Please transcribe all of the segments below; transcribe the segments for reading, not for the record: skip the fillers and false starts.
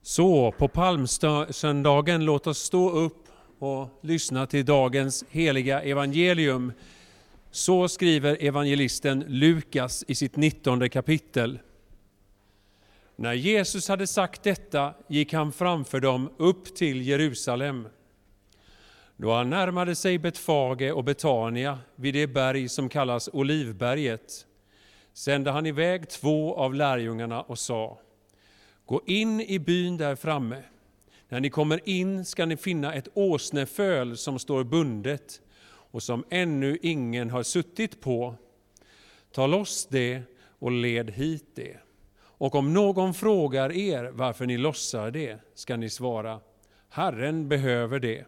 Så på palmsöndagen, låt oss stå upp och lyssna till dagens heliga evangelium. Så skriver evangelisten Lukas i sitt 19:e kapitel. När Jesus hade sagt detta gick han framför dem upp till Jerusalem. Då han närmade sig Betfage och Betania vid det berg som kallas Olivberget, sände han iväg 2 av lärjungarna och sa: gå in i byn där framme. När ni kommer in ska ni finna ett åsneföl som står bundet och som ännu ingen har suttit på. Ta loss det och led hit det. Och om någon frågar er varför ni lossar det, ska ni svara: Herren behöver det.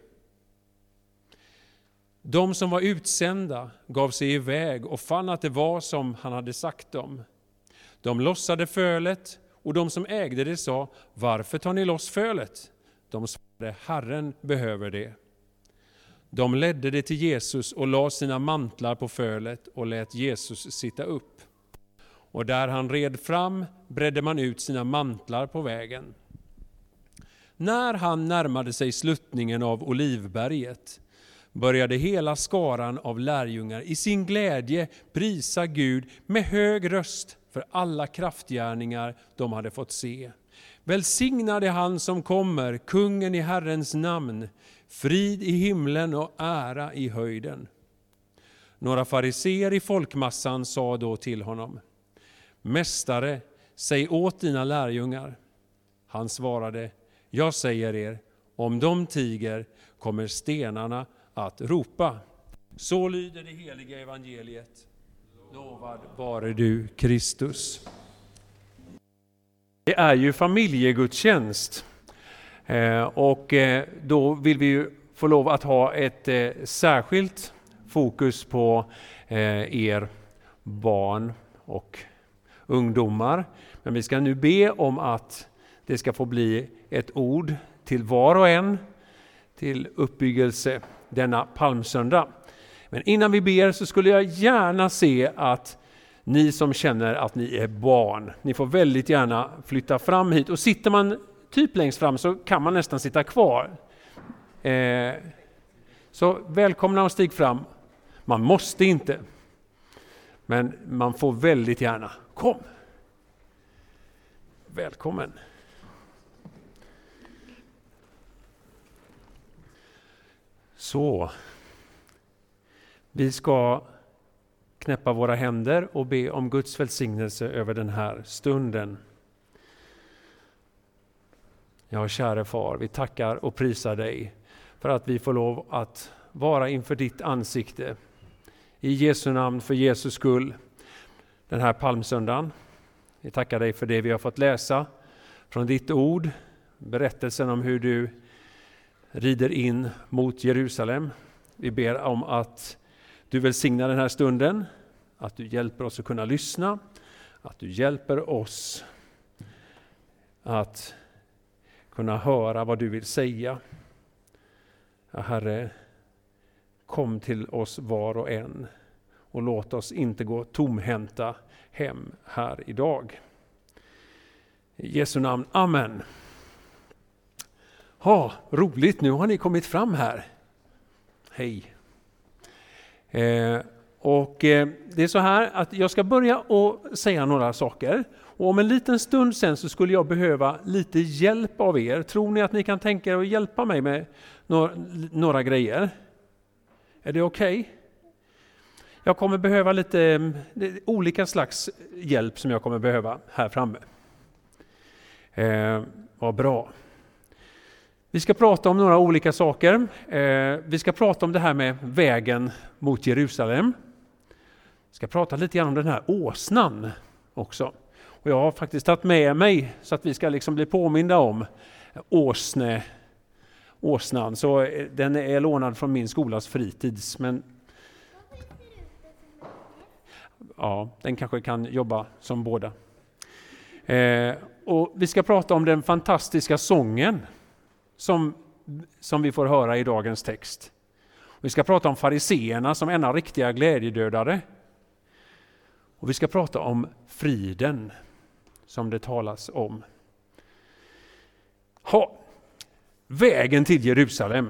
De som var utsända gav sig iväg och fann att det var som han hade sagt dem. De lossade fölet, och de som ägde det sa: varför tar ni loss fölet? De svarade: Herren behöver det. De ledde det till Jesus och la sina mantlar på fölet och lät Jesus sitta upp. Och där han red fram bredde man ut sina mantlar på vägen. När han närmade sig sluttningen av Olivberget började hela skaran av lärjungar i sin glädje prisa Gud med hög röst för alla kraftgärningar de hade fått se. Välsignade han som kommer, kungen i Herrens namn, frid i himlen och ära i höjden. Några fariseer i folkmassan sa då till honom: Mästare, säg åt dina lärjungar. Han svarade: jag säger er, om de tiger kommer stenarna att ropa. Så lyder det heliga evangeliet. Lovad vare du, Kristus. Det är ju familjegudstjänst. Och då vill vi ju få lov att ha ett särskilt fokus på er barn och ungdomar. Men vi ska nu be om att det ska få bli ett ord till var och en till uppbyggelse denna palmsöndag. Men innan vi ber så skulle jag gärna se att ni som känner att ni är barn, ni får väldigt gärna flytta fram hit. Och sitter man typ längst fram så kan man nästan sitta kvar. Så välkomna och stig fram. Man måste inte, men man får väldigt gärna. Kom! Välkommen! Så, vi ska knäppa våra händer och be om Guds välsignelse över den här stunden. Ja, käre far, vi tackar och prisar dig för att vi får lov att vara inför ditt ansikte. I Jesu namn, för Jesus skull, den här palmsöndagen. Vi tackar dig för det vi har fått läsa från ditt ord, berättelsen om hur du rider in mot Jerusalem. Vi ber om att du välsignar den här stunden, att du hjälper oss att kunna lyssna, att du hjälper oss att kunna höra vad du vill säga. Ja, Herre, kom till oss var och en och låt oss inte gå tomhänta hem här idag. I Jesu namn, amen. Roligt, nu har ni kommit fram här. Hej. Det är så här att jag ska börja och säga några saker. Och om en liten stund sen så skulle jag behöva lite hjälp av er. Tror ni att ni kan tänka er att hjälpa mig med några grejer? Är det okej? Jag kommer behöva lite olika slags hjälp som jag kommer behöva här framme. Vad bra. Vi ska prata om några olika saker. Vi ska prata om det här med vägen mot Jerusalem. Vi ska prata lite grann om den här åsnan också. Och jag har faktiskt tagit med mig så att vi ska liksom bli påminda om åsnan. Så den är lånad från min skolas fritids. Men ja, den kanske kan jobba som båda. Och vi ska prata om den fantastiska sången som vi får höra i dagens text. Vi ska prata om fariseerna som ena riktiga glädjedödare. Och vi ska prata om friden som det talas om. Vägen till Jerusalem.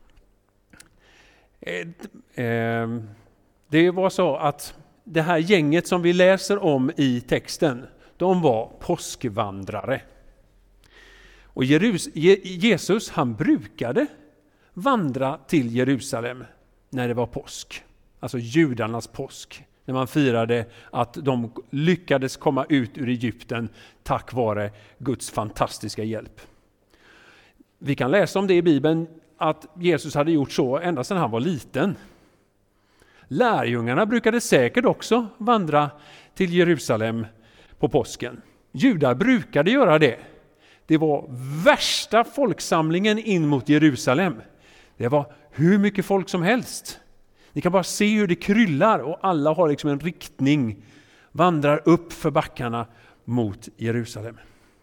Det var så att det här gänget som vi läser om i texten, de var påskvandrare. Och Jesus, han brukade vandra till Jerusalem när det var påsk. Alltså judarnas påsk. När man firade att de lyckades komma ut ur Egypten tack vare Guds fantastiska hjälp. Vi kan läsa om det i Bibeln att Jesus hade gjort så ända sedan han var liten. Lärjungarna brukade säkert också vandra till Jerusalem på påsken. Judar brukade göra det. Det var värsta folksamlingen in mot Jerusalem. Det var hur mycket folk som helst. Ni kan bara se hur det kryllar och alla har liksom en riktning. Vandrar upp för backarna mot Jerusalem.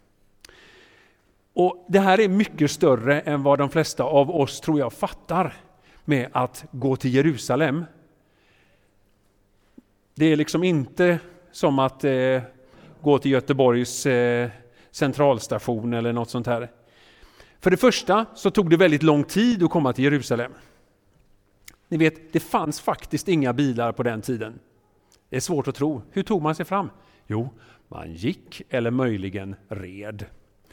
Och det här är mycket större än vad de flesta av oss tror jag fattar med att gå till Jerusalem. Det är liksom inte som att gå till Göteborgs centralstation eller något sånt här. För det första så tog det väldigt lång tid att komma till Jerusalem. Ni vet, det fanns faktiskt inga bilar på den tiden. Det är svårt att tro. Hur tog man sig fram? Jo, man gick eller möjligen red.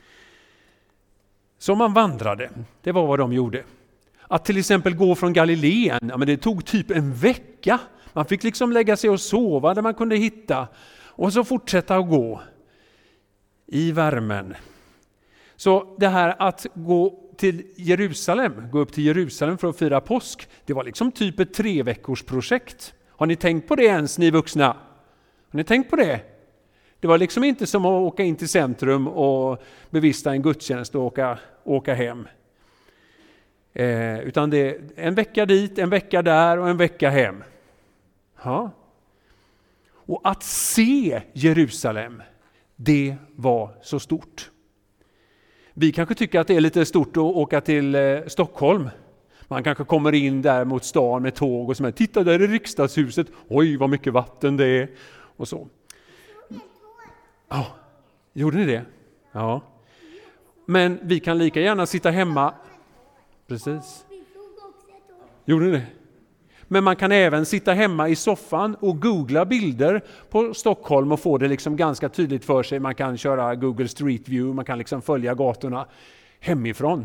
Så man vandrade, det var vad de gjorde. Att till exempel gå från Galileen, ja, men det tog typ en vecka. Man fick liksom lägga sig och sova där man kunde hitta. Och så fortsätta att gå i värmen. Så det här att gå upp till Jerusalem för att fira påsk, det var liksom typ ett 3-veckorsprojekt. Har ni tänkt på det ens, ni vuxna? Har ni tänkt på det? Det var liksom inte som att åka in till centrum och bevista en gudstjänst och åka hem. Utan det är en vecka dit, en vecka där och en vecka hem. Ja. Och att se Jerusalem, det var så stort. Vi kanske tycker att det är lite stort att åka till Stockholm. Man kanske kommer in där mot stan med tåg och så. Titta, där är riksdagshuset. Oj, vad mycket vatten det är. Och så. Ja, gjorde ni det? Ja. Men vi kan lika gärna sitta hemma. Precis. Gjorde ni det? Men man kan även sitta hemma i soffan och googla bilder på Stockholm och få det liksom ganska tydligt för sig. Man kan köra Google Street View, man kan liksom följa gatorna hemifrån.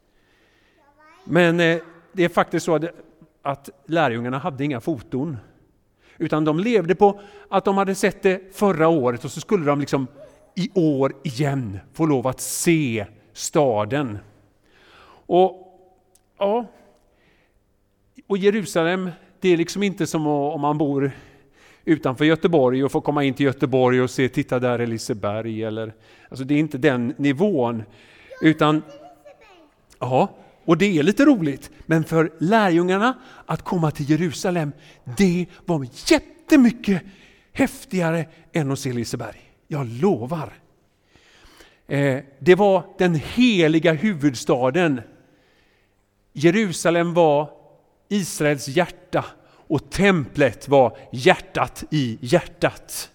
Men det är faktiskt så att lärjungarna hade inga foton. Utan de levde på att de hade sett det förra året och så skulle de liksom i år igen få lov att se staden. Och Jerusalem, det är liksom inte som om man bor utanför Göteborg och får komma in till Göteborg och se, titta där är Liseberg. Alltså det är inte den nivån. Utan, ja, och det är lite roligt. Men för lärjungarna att komma till Jerusalem, det var jättemycket häftigare än att se Liseberg. Jag lovar. Det var den heliga huvudstaden. Jerusalem var Israels hjärta och templet var hjärtat i hjärtat.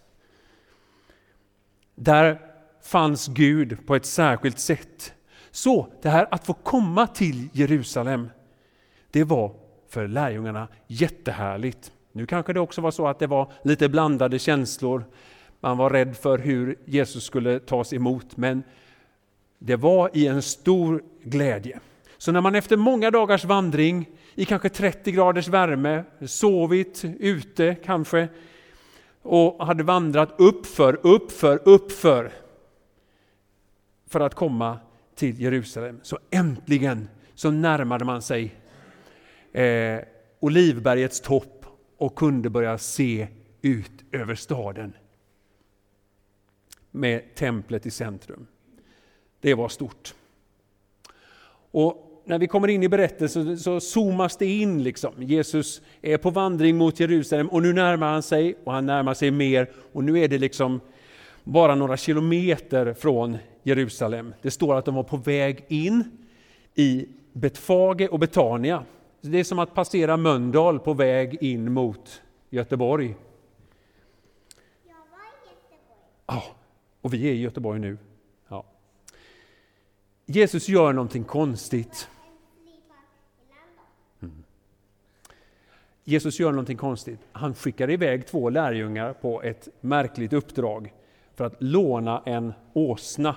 Där fanns Gud på ett särskilt sätt. Så det här att få komma till Jerusalem, det var för lärjungarna jättehärligt. Nu kanske det också var så att det var lite blandade känslor. Man var rädd för hur Jesus skulle tas emot, men det var i en stor glädje. Så när man efter många dagars vandring i kanske 30 graders värme, sovit ute kanske och hade vandrat uppför för att komma till Jerusalem, så äntligen så närmade man sig Olivbergets topp och kunde börja se ut över staden med templet i centrum. Det var stort. Och när vi kommer in i berättelsen så zoomas det in liksom. Jesus är på vandring mot Jerusalem och nu närmar han sig och han närmar sig mer och nu är det liksom bara några kilometer från Jerusalem. Det står att de var på väg in i Betfage och Betania. Det är som att passera Mölndal på väg in mot Göteborg. Jag var i Göteborg. Ja, och vi är i Göteborg nu. Ja. Jesus gör någonting konstigt. Jesus gör någonting konstigt. Han skickar iväg 2 lärjungar på ett märkligt uppdrag för att låna en åsna.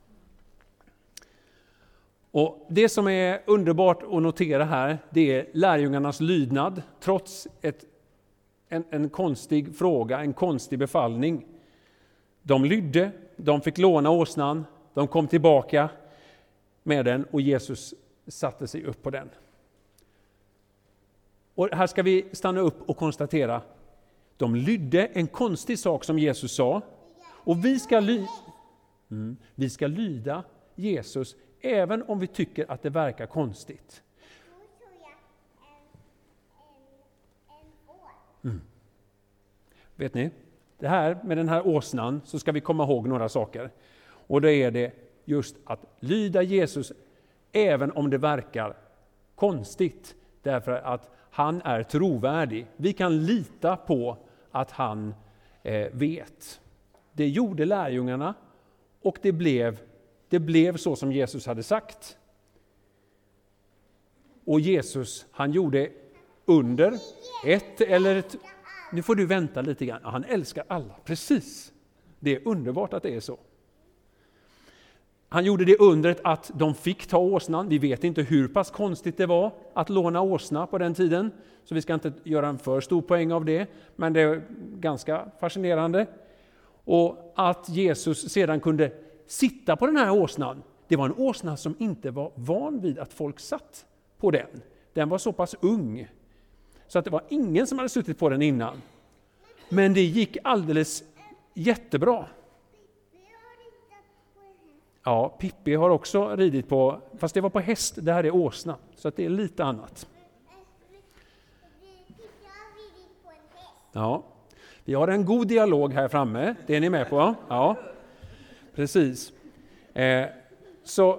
Och det som är underbart att notera här, det är lärjungarnas lydnad trots en konstig fråga, en konstig befallning. De lydde, de fick låna åsnan, de kom tillbaka med den och Jesus satte sig upp på den. Och här ska vi stanna upp och konstatera, de lydde en konstig sak som Jesus sa, och vi ska lyda Jesus även om vi tycker att det verkar konstigt. Vet ni, det här med den här åsnan, så ska vi komma ihåg några saker. Och det är det just att lyda Jesus även om det verkar konstigt. Därför att han är trovärdig. Vi kan lita på att han vet. Det gjorde lärjungarna och det blev så som Jesus hade sagt. Och Jesus, han gjorde under nu får du vänta lite grann. Han älskar alla, precis. Det är underbart att det är så. Han gjorde det undret att de fick ta åsnan. Vi vet inte hur pass konstigt det var att låna åsna på den tiden. Så vi ska inte göra en för stor poäng av det. Men det är ganska fascinerande. Och att Jesus sedan kunde sitta på den här åsnan. Det var en åsna som inte var van vid att folk satt på den. Den var så pass ung. Så att det var ingen som hade suttit på den innan. Men det gick alldeles jättebra. Ja, Pippi har också ridit på, fast det var på häst, det här är åsna. Så att det är lite annat. Ja, vi har en god dialog här framme, det är ni med på? Ja, precis. Så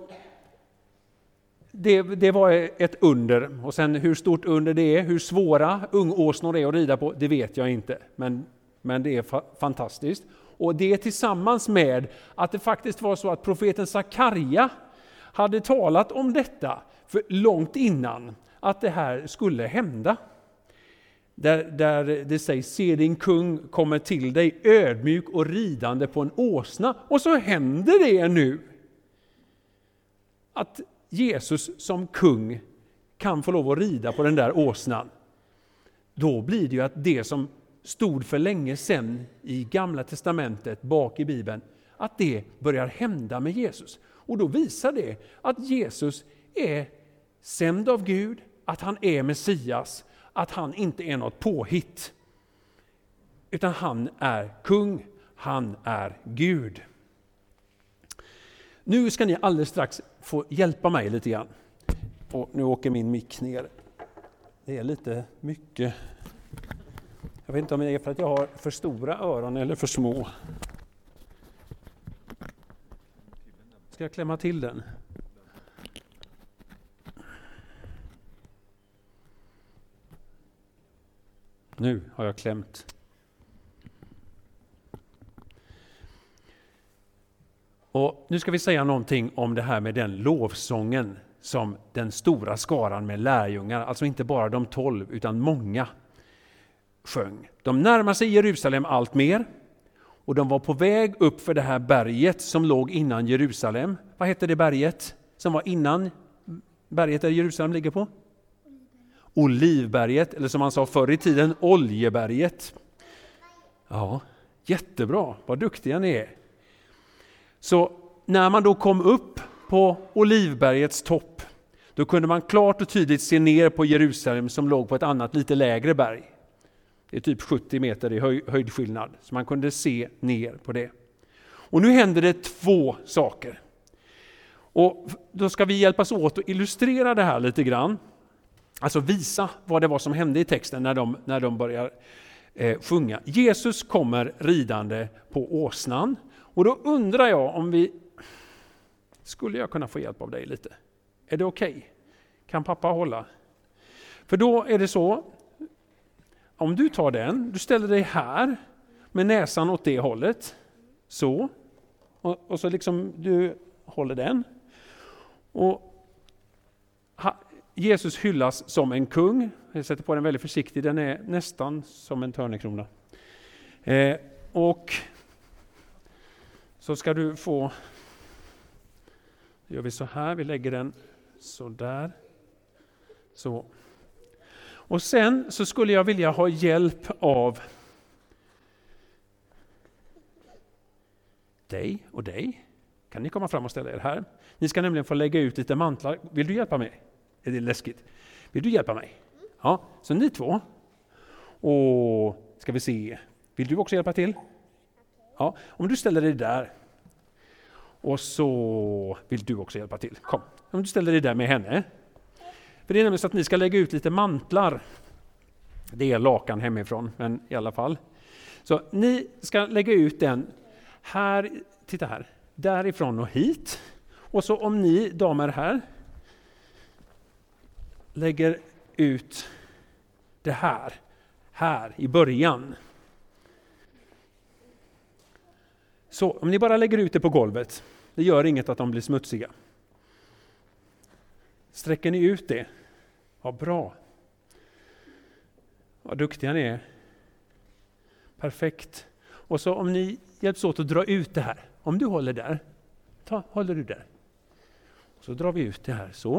det var ett under. Och sen hur stort under det är, hur svåra ungåsnor är att rida på, det vet jag inte. Men det är fantastiskt. Och det tillsammans med att det faktiskt var så att profeten Sakarja hade talat om detta för långt innan att det här skulle hända. Där det sägs, se din kung kommer till dig ödmjuk och ridande på en åsna. Och så händer det nu. Att Jesus som kung kan få lov att rida på den där åsnan. Då blir det ju att det som stod för länge sedan i Gamla testamentet bak i Bibeln, att det börjar hända med Jesus. Och då visar det att Jesus är sänd av Gud, att han är Messias, att han inte är något påhitt. Utan han är kung, han är Gud. Nu ska ni alldeles strax få hjälpa mig lite grann. Och nu åker min mick ner. Det är lite mycket. Jag vet inte om det är för att jag har för stora öron eller för små. Ska jag klämma till den? Nu har jag klämt. Och nu ska vi säga någonting om det här med den lovsången som den stora skaran med lärjungar, alltså inte bara de 12 utan många, sjöng. De närmar sig Jerusalem allt mer och de var på väg upp för det här berget som låg innan Jerusalem. Vad hette det berget som var innan berget där Jerusalem ligger på? Olivberget, eller som man sa förr i tiden, Oljeberget. Ja, jättebra, vad duktiga ni är. Så när man då kom upp på Olivbergets topp, då kunde man klart och tydligt se ner på Jerusalem som låg på ett annat lite lägre berg. Det är typ 70 meter i höjdskillnad, så man kunde se ner på det. Och nu händer det 2 saker. Och då ska vi hjälpas åt att illustrera det här lite grann. Alltså visa vad det var som hände i texten när de börjar sjunga. Jesus kommer ridande på åsnan. Och då undrar jag om skulle jag kunna få hjälp av dig lite? Är det okej? Kan pappa hålla? För då är det så, om du tar den, du ställer dig här med näsan åt det hållet. Så. Och så liksom du håller den. Och Jesus hyllas som en kung. Jag sätter på den väldigt försiktigt. Den är nästan som en törnekrona. Och så ska du få... Gör vi så här. Vi lägger den så där. Så. Och sen så skulle jag vilja ha hjälp av dig och dig. Kan ni komma fram och ställa er här? Ni ska nämligen få lägga ut lite mantlar. Vill du hjälpa mig? Är det läskigt? Vill du hjälpa mig? Ja, så ni två. Och ska vi se. Vill du också hjälpa till? Ja, om du ställer dig där. Och så vill du också hjälpa till. Kom, om du ställer dig där med henne. För det är nämligen så att ni ska lägga ut lite mantlar. Det är lakan hemifrån, men i alla fall. Så ni ska lägga ut den här, titta här, därifrån och hit. Och så om ni damer lägger ut det här i början. Så om ni bara lägger ut det på golvet, det gör inget att de blir smutsiga. Sträcker ni ut det? Ja, bra. Vad duktiga ni är. Perfekt. Och så om ni hjälps åt att dra ut det här. Om du håller där, håller du där. Så drar vi ut det här, så.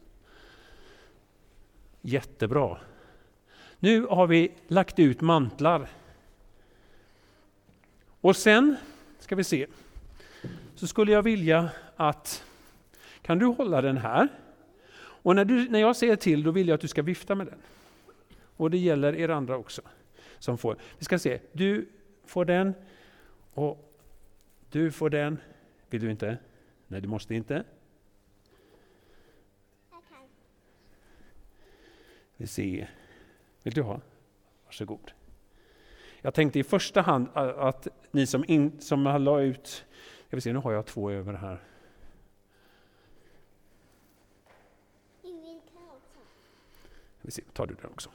Jättebra. Nu har vi lagt ut mantlar. Och sen ska vi se. Så skulle jag vilja att, kan du hålla den här? Och när jag säger till, då vill jag att du ska vifta med den. Och det gäller er andra också. Som får. Vi ska se, du får den och du får den. Vill du inte? Nej, du måste inte. Vi ser. Vill du ha? Varsågod. Jag tänkte i första hand att ni som har la ut, jag vill se, nu har jag 2 över här. Vi ser, tar du den också.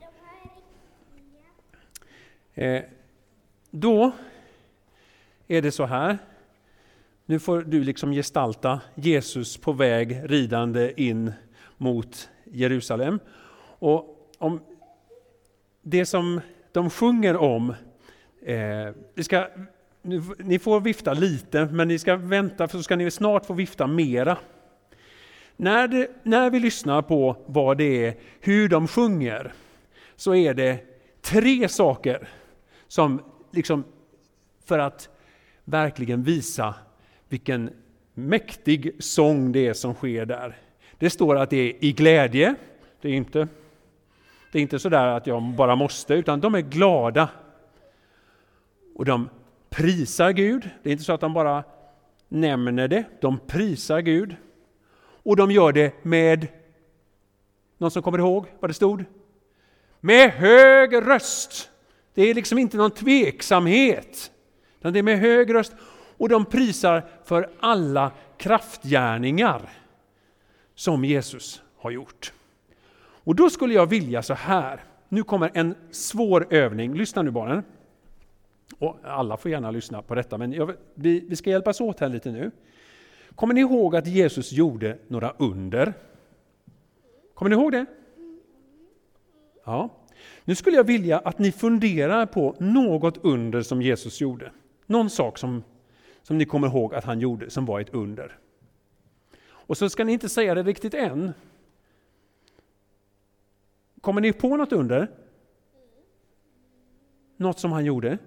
Då är det så här. Nu får du liksom gestalta Jesus på väg ridande in mot Jerusalem. Och om det som de sjunger om, ni får vifta lite, men ni ska vänta för så ska ni snart få vifta mera. När vi lyssnar på vad det är, hur de sjunger, så är det 3 saker som liksom för att verkligen visa vilken mäktig sång det är som sker där. Det står att det är i glädje. Det är inte så där att jag bara måste, utan de är glada. Och de prisar Gud. Det är inte så att de bara nämner det. De prisar Gud. Och de gör det med, någon som kommer ihåg vad det stod? Med hög röst. Det är liksom inte någon tveksamhet. Utan det är med hög röst. Och de prisar för alla kraftgärningar som Jesus har gjort. Och då skulle jag vilja så här. Nu kommer en svår övning. Lyssna nu barnen. Och alla får gärna lyssna på detta. Men vi ska hjälpas åt här lite nu. Kommer ni ihåg att Jesus gjorde några under? Kommer ni ihåg det? Ja. Nu skulle jag vilja att ni funderar på något under som Jesus gjorde. Någon sak som ni kommer ihåg att han gjorde som var ett under. Och så ska ni inte säga det riktigt än. Kommer ni på något under? Något som han gjorde?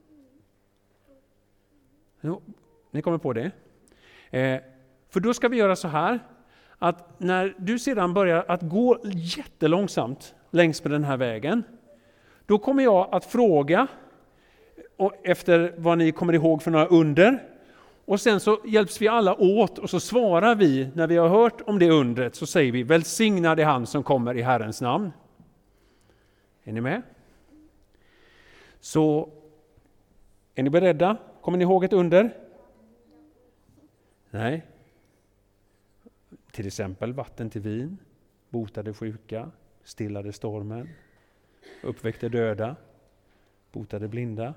Jo, ni kommer på det. För då ska vi göra så här. Att när du sedan börjar att gå jättelångsamt längs med den här vägen. Då kommer jag att fråga efter vad ni kommer ihåg för några under. Och sen så hjälps vi alla åt och så svarar vi när vi har hört om det undret. Så säger vi välsignad är han som kommer i Herrens namn. Är ni med? Så är ni beredda? Kommer ni ihåg ett under? Nej. Till exempel vatten till vin, botade sjuka, stillade stormen, uppväckte döda, botade blinda.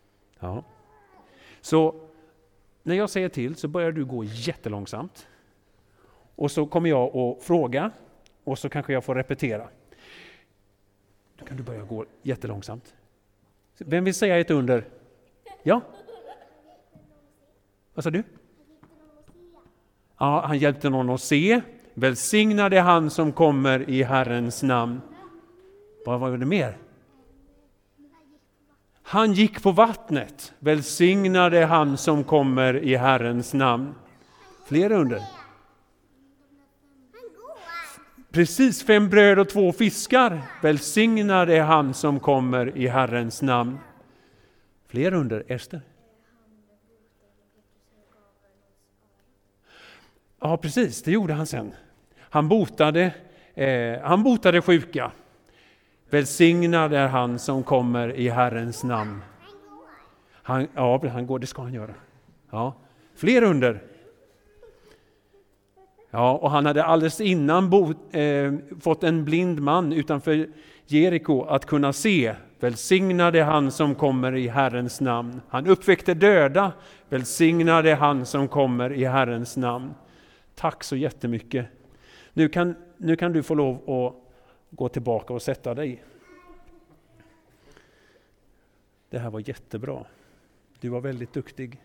Ja. Så när jag säger till så börjar du gå jättelångsamt. Och så kommer jag att fråga och så kanske jag får repetera. Då kan du börja gå jättelångsamt. Vem vill säga ett under? Ja? Vad sa du? Ja, han hjälpte någon att se. Välsignade han som kommer i Herrens namn. Vad var det mer? Han gick på vattnet. Välsignade han som kommer i Herrens namn. Fler under. Precis, 5 bröd och 2 fiskar. Välsignade han som kommer i Herrens namn. Fler under, Ester. Ja, precis, det gjorde han sen. Han botade sjuka. Välsignad är han som kommer i Herrens namn. Han går, det ska han göra. Ja. Fler under. Ja, och han hade alldeles innan fått en blind man utanför Jeriko att kunna se. Välsignade han som kommer i Herrens namn. Han uppväckte döda. Välsignade han som kommer i Herrens namn. Tack så jättemycket. Nu kan du få lov att gå tillbaka och sätta dig. Det här var jättebra. Du var väldigt duktig.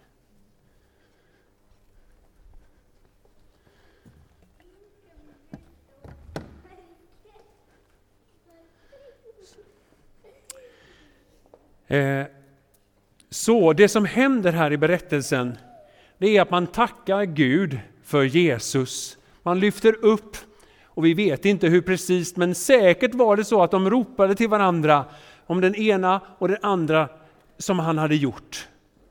Så det som händer här i berättelsen, det är att man tackar Gud för Jesus. Man lyfter upp, och vi vet inte hur precis, men säkert var det så att de ropade till varandra om den ena och den andra som han hade gjort.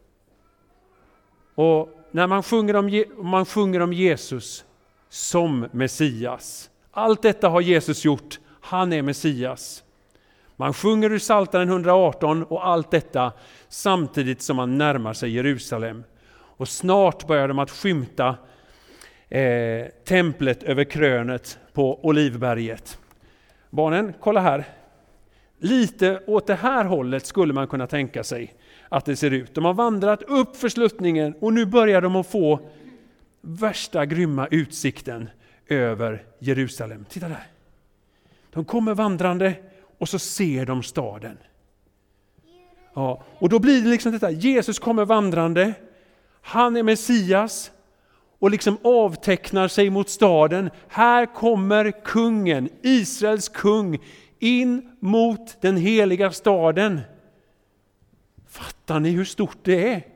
Och när man sjunger om Jesus som Messias, allt detta har Jesus gjort, han är Messias. Man sjunger ur Psaltaren 118 och allt detta samtidigt som man närmar sig Jerusalem. Och snart börjar de att skymta templet över krönet på Olivberget. Barnen, kolla här. Lite åt det här hållet skulle man kunna tänka sig att det ser ut. De har vandrat upp för sluttningen och nu börjar de att få värsta grymma utsikten över Jerusalem. Titta där. De kommer vandrande och så ser de staden. Ja, och då blir det liksom detta. Jesus kommer vandrande. Han är Messias. Och liksom avtecknar sig mot staden. Här kommer kungen, Israels kung, in mot den heliga staden. Fattar ni hur stort det är?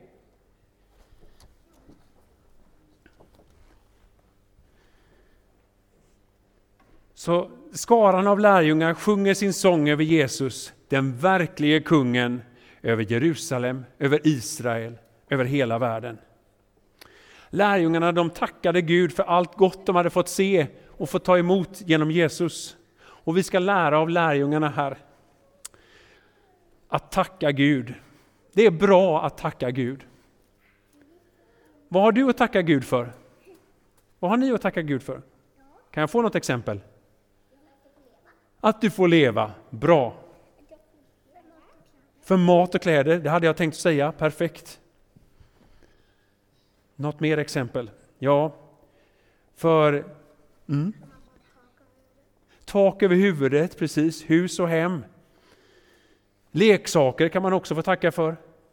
Så skaran av lärjungar sjunger sin sång över Jesus, den verkliga kungen, över Jerusalem, över Israel, över hela världen. Lärjungarna, de tackade Gud för allt gott de hade fått se och fått ta emot genom Jesus. Och vi ska lära av lärjungarna här att tacka Gud. Det är bra att tacka Gud. Vad har du att tacka Gud för? Vad har ni att tacka Gud för? Kan jag få något exempel? Att du får leva. Bra. För mat och kläder, det hade jag tänkt säga. Perfekt. Något mer exempel? Ja. För tak över huvudet, precis. Hus och hem. Leksaker kan man också få tacka för.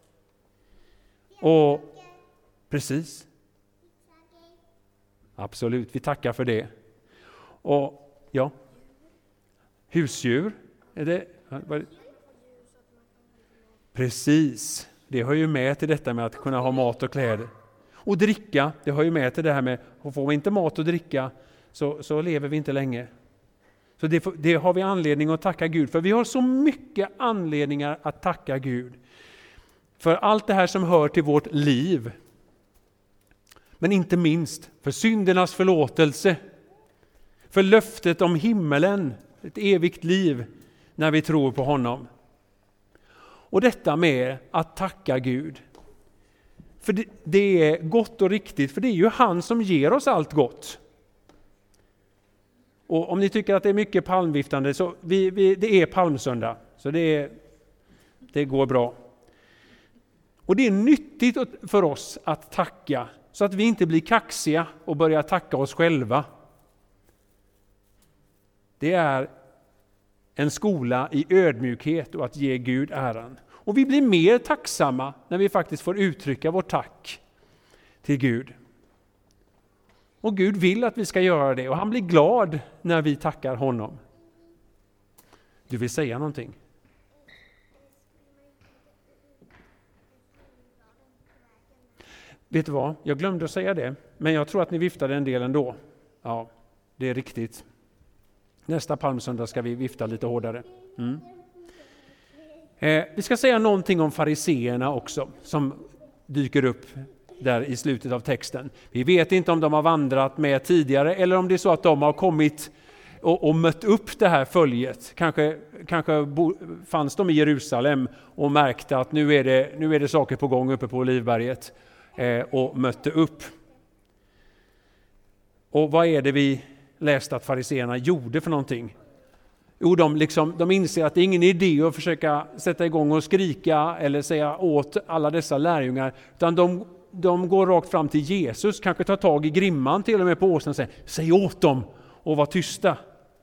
Och precis. Absolut, vi tackar för det. Och ja. Husdjur. Är det? Precis. Det hör ju med till detta med att kunna ha mat och kläder. Och dricka, det hör ju med till det här med att får vi inte mat och dricka så lever vi inte länge. Så det har vi anledning att tacka Gud för. Vi har så mycket anledningar att tacka Gud. För allt det här som hör till vårt liv. Men inte minst för syndernas förlåtelse. För löftet om himmelen, ett evigt liv när vi tror på honom. Och detta med att tacka Gud. För det är gott och riktigt, för det är ju han som ger oss allt gott. Och om ni tycker att det är mycket palmviftande så det är palmsöndag. Så det går bra. Och det är nyttigt för oss att tacka så att vi inte blir kaxiga och börjar tacka oss själva. Det är en skola i ödmjukhet och att ge Gud äran. Och vi blir mer tacksamma när vi faktiskt får uttrycka vårt tack till Gud. Och Gud vill att vi ska göra det, och han blir glad när vi tackar honom. Du vill säga någonting? Vet du vad? Jag glömde att säga det, men jag tror att ni viftade en del ändå. Ja, det är riktigt. Nästa palmsöndag ska vi vifta lite hårdare. Vi ska säga någonting om fariseerna också, som dyker upp där i slutet av texten. Vi vet inte om de har vandrat med tidigare eller om det är så att de har kommit och mött upp det här följet. Kanske fanns de i Jerusalem och märkte att nu är det saker på gång uppe på Olivberget och mötte upp. Och vad är det vi läste att fariseerna gjorde för någonting? Jo, de inser att det är ingen idé att försöka sätta igång och skrika eller säga åt alla dessa lärjungar, utan de går rakt fram till Jesus, kanske tar tag i grimman till och med på åsnan och säger: säg åt dem och var tysta.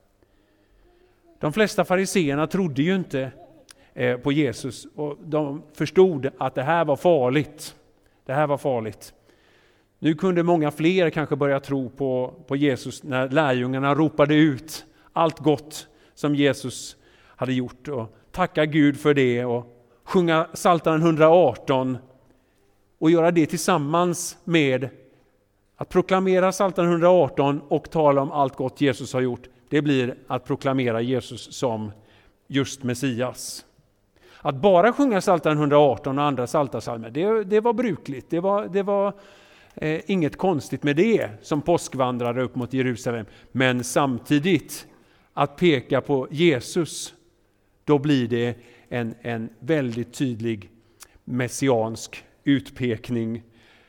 De flesta fariseerna trodde ju inte på Jesus, och de förstod att det här var farligt. Det här var farligt. Nu kunde många fler kanske börja tro på Jesus när lärjungarna ropade ut allt gott som Jesus hade gjort och tacka Gud för det och sjunga Psaltaren 118 och göra det tillsammans med att proklamera Psaltaren 118 och tala om allt gott Jesus har gjort. Det blir att proklamera Jesus som just Messias. Att bara sjunga Psaltaren 118 och andra psaltarpsalmer, det var brukligt. Det var inget konstigt med det som påskvandrare upp mot Jerusalem. Men samtidigt att peka på Jesus, då blir det en väldigt tydlig messiansk utpekning.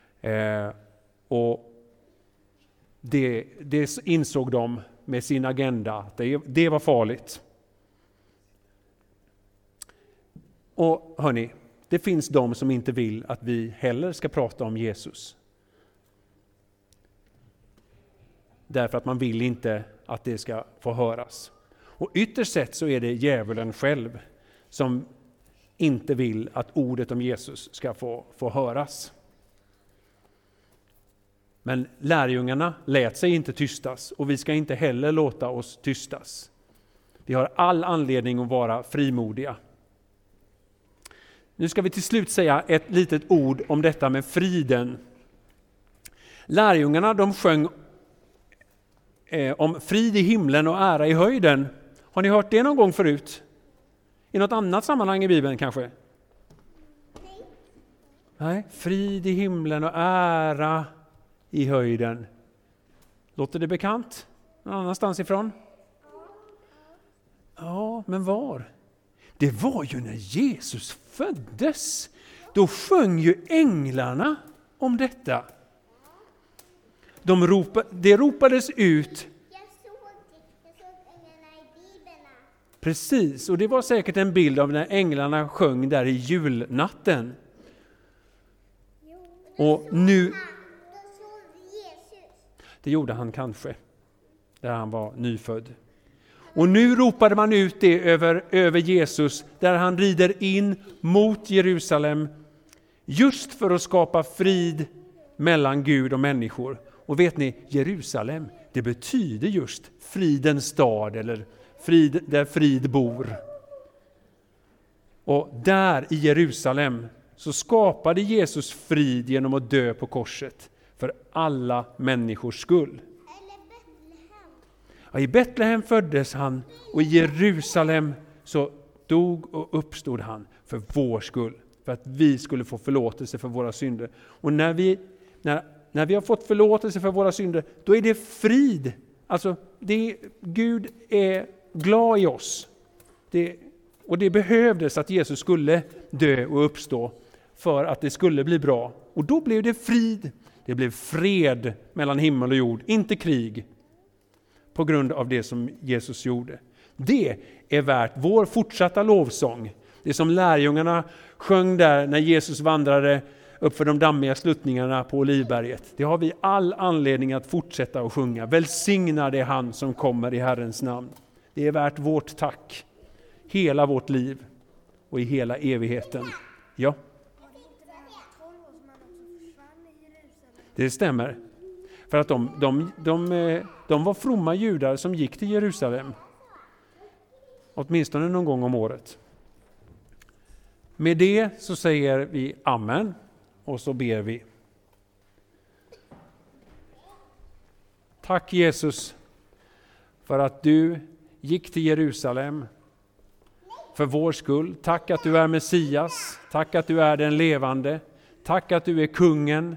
Och det insåg de med sin agenda. Det var farligt. Och hörni, det finns de som inte vill att vi heller ska prata om Jesus. Därför att man vill inte att det ska få höras. Och ytterst sett så är det djävulen själv som inte vill att ordet om Jesus ska få höras. Men lärjungarna lät sig inte tystas, och vi ska inte heller låta oss tystas. Vi har all anledning att vara frimodiga. Nu ska vi till slut säga ett litet ord om detta med friden. Lärjungarna, de sjöng om frid i himlen och ära i höjden. Har ni hört det någon gång förut? I något annat sammanhang i Bibeln kanske? Nej, frid i himlen och ära i höjden. Låter det bekant? Någon annanstans ifrån? Ja, men var? Det var ju när Jesus föddes. Då sjöng ju änglarna om detta. Det ropades ut. Jag såg änglarna i Bibeln. Precis, och det var säkert en bild av när änglarna sjöng där i julnatten. Och nu... Det gjorde han kanske, där han var nyfödd. Och nu ropade man ut det över Jesus, där han rider in mot Jerusalem, just för att skapa frid mellan Gud och människor. Och vet ni, Jerusalem, det betyder just fridens stad, eller frid där frid bor. Och där i Jerusalem så skapade Jesus frid genom att dö på korset för alla människors skull. Ja, i Betlehem föddes han, och i Jerusalem så dog och uppstod han för vår skull, för att vi skulle få förlåtelse för våra synder. Och när vi har fått förlåtelse för våra synder, då är det frid. Alltså, Gud är glad i oss. Och det behövdes att Jesus skulle dö och uppstå för att det skulle bli bra. Och då blev det frid. Det blev fred mellan himmel och jord, inte krig. På grund av det som Jesus gjorde. Det är värt vår fortsatta lovsång. Det som lärjungarna sjöng där när Jesus vandrade upp för de dammiga sluttningarna på Olivberget. Det har vi all anledning att fortsätta att sjunga. Välsignad är han som kommer i Herrens namn. Det är värt vårt tack. Hela vårt liv och i hela evigheten. Ja. Det stämmer. För att de var fromma judar som gick till Jerusalem. Åtminstone någon gång om året. Med det så säger vi amen och så ber vi. Tack Jesus för att du gick till Jerusalem för vår skull. Tack att du är Messias. Tack att du är den levande. Tack att du är kungen.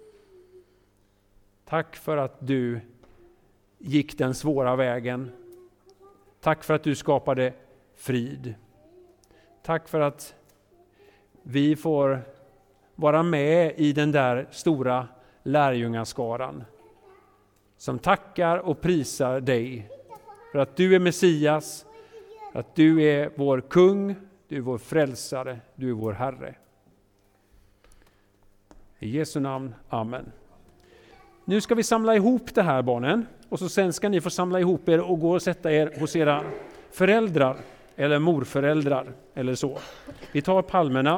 Tack för att du gick den svåra vägen. Tack för att du skapade frid. Tack för att vi får vara med i den där stora lärjungaskaran som tackar och prisar dig för att du är Messias, att du är vår kung, du är vår frälsare, du är vår Herre. I Jesu namn, amen. Nu ska vi samla ihop det här barnen och så sen ska ni få samla ihop er och gå och sätta er hos era föräldrar eller morföräldrar eller så. Vi tar palmerna.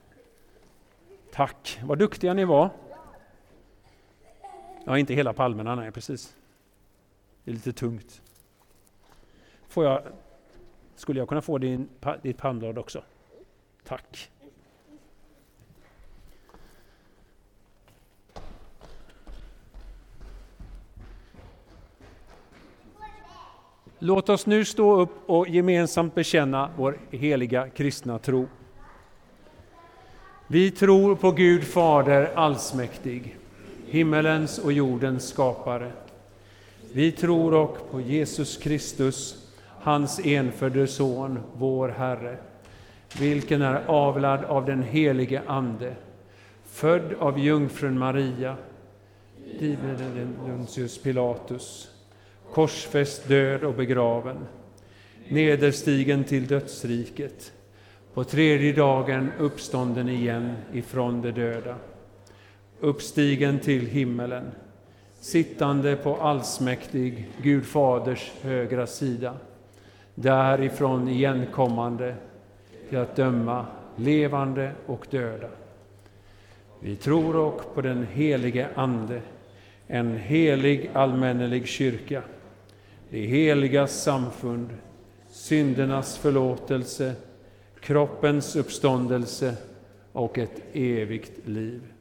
Tack, vad duktiga ni var. Ja, inte hela palmerna, nej precis. Det är lite tungt. Skulle jag kunna få ditt palmblad också? Tack. Låt oss nu stå upp och gemensamt bekänna vår heliga kristna tro. Vi tror på Gud Fader allsmäktig, himmelens och jordens skapare. Vi tror och på Jesus Kristus, hans enfödde son, vår Herre, vilken är avlad av den helige Ande, född av jungfrun Maria, livliden Pontius Pilatus, korsfäst, död och begraven, nederstigen till dödsriket, på tredje dagen uppstånden igen ifrån de döda, uppstigen till himmelen, sittande på allsmäktig Gud Faders högra sida, därifrån igenkommande till att döma levande och döda. Vi tror och på den helige Ande, en helig allmännelig kyrka, det heligas samfund, syndernas förlåtelse, kroppens uppståndelse och ett evigt liv.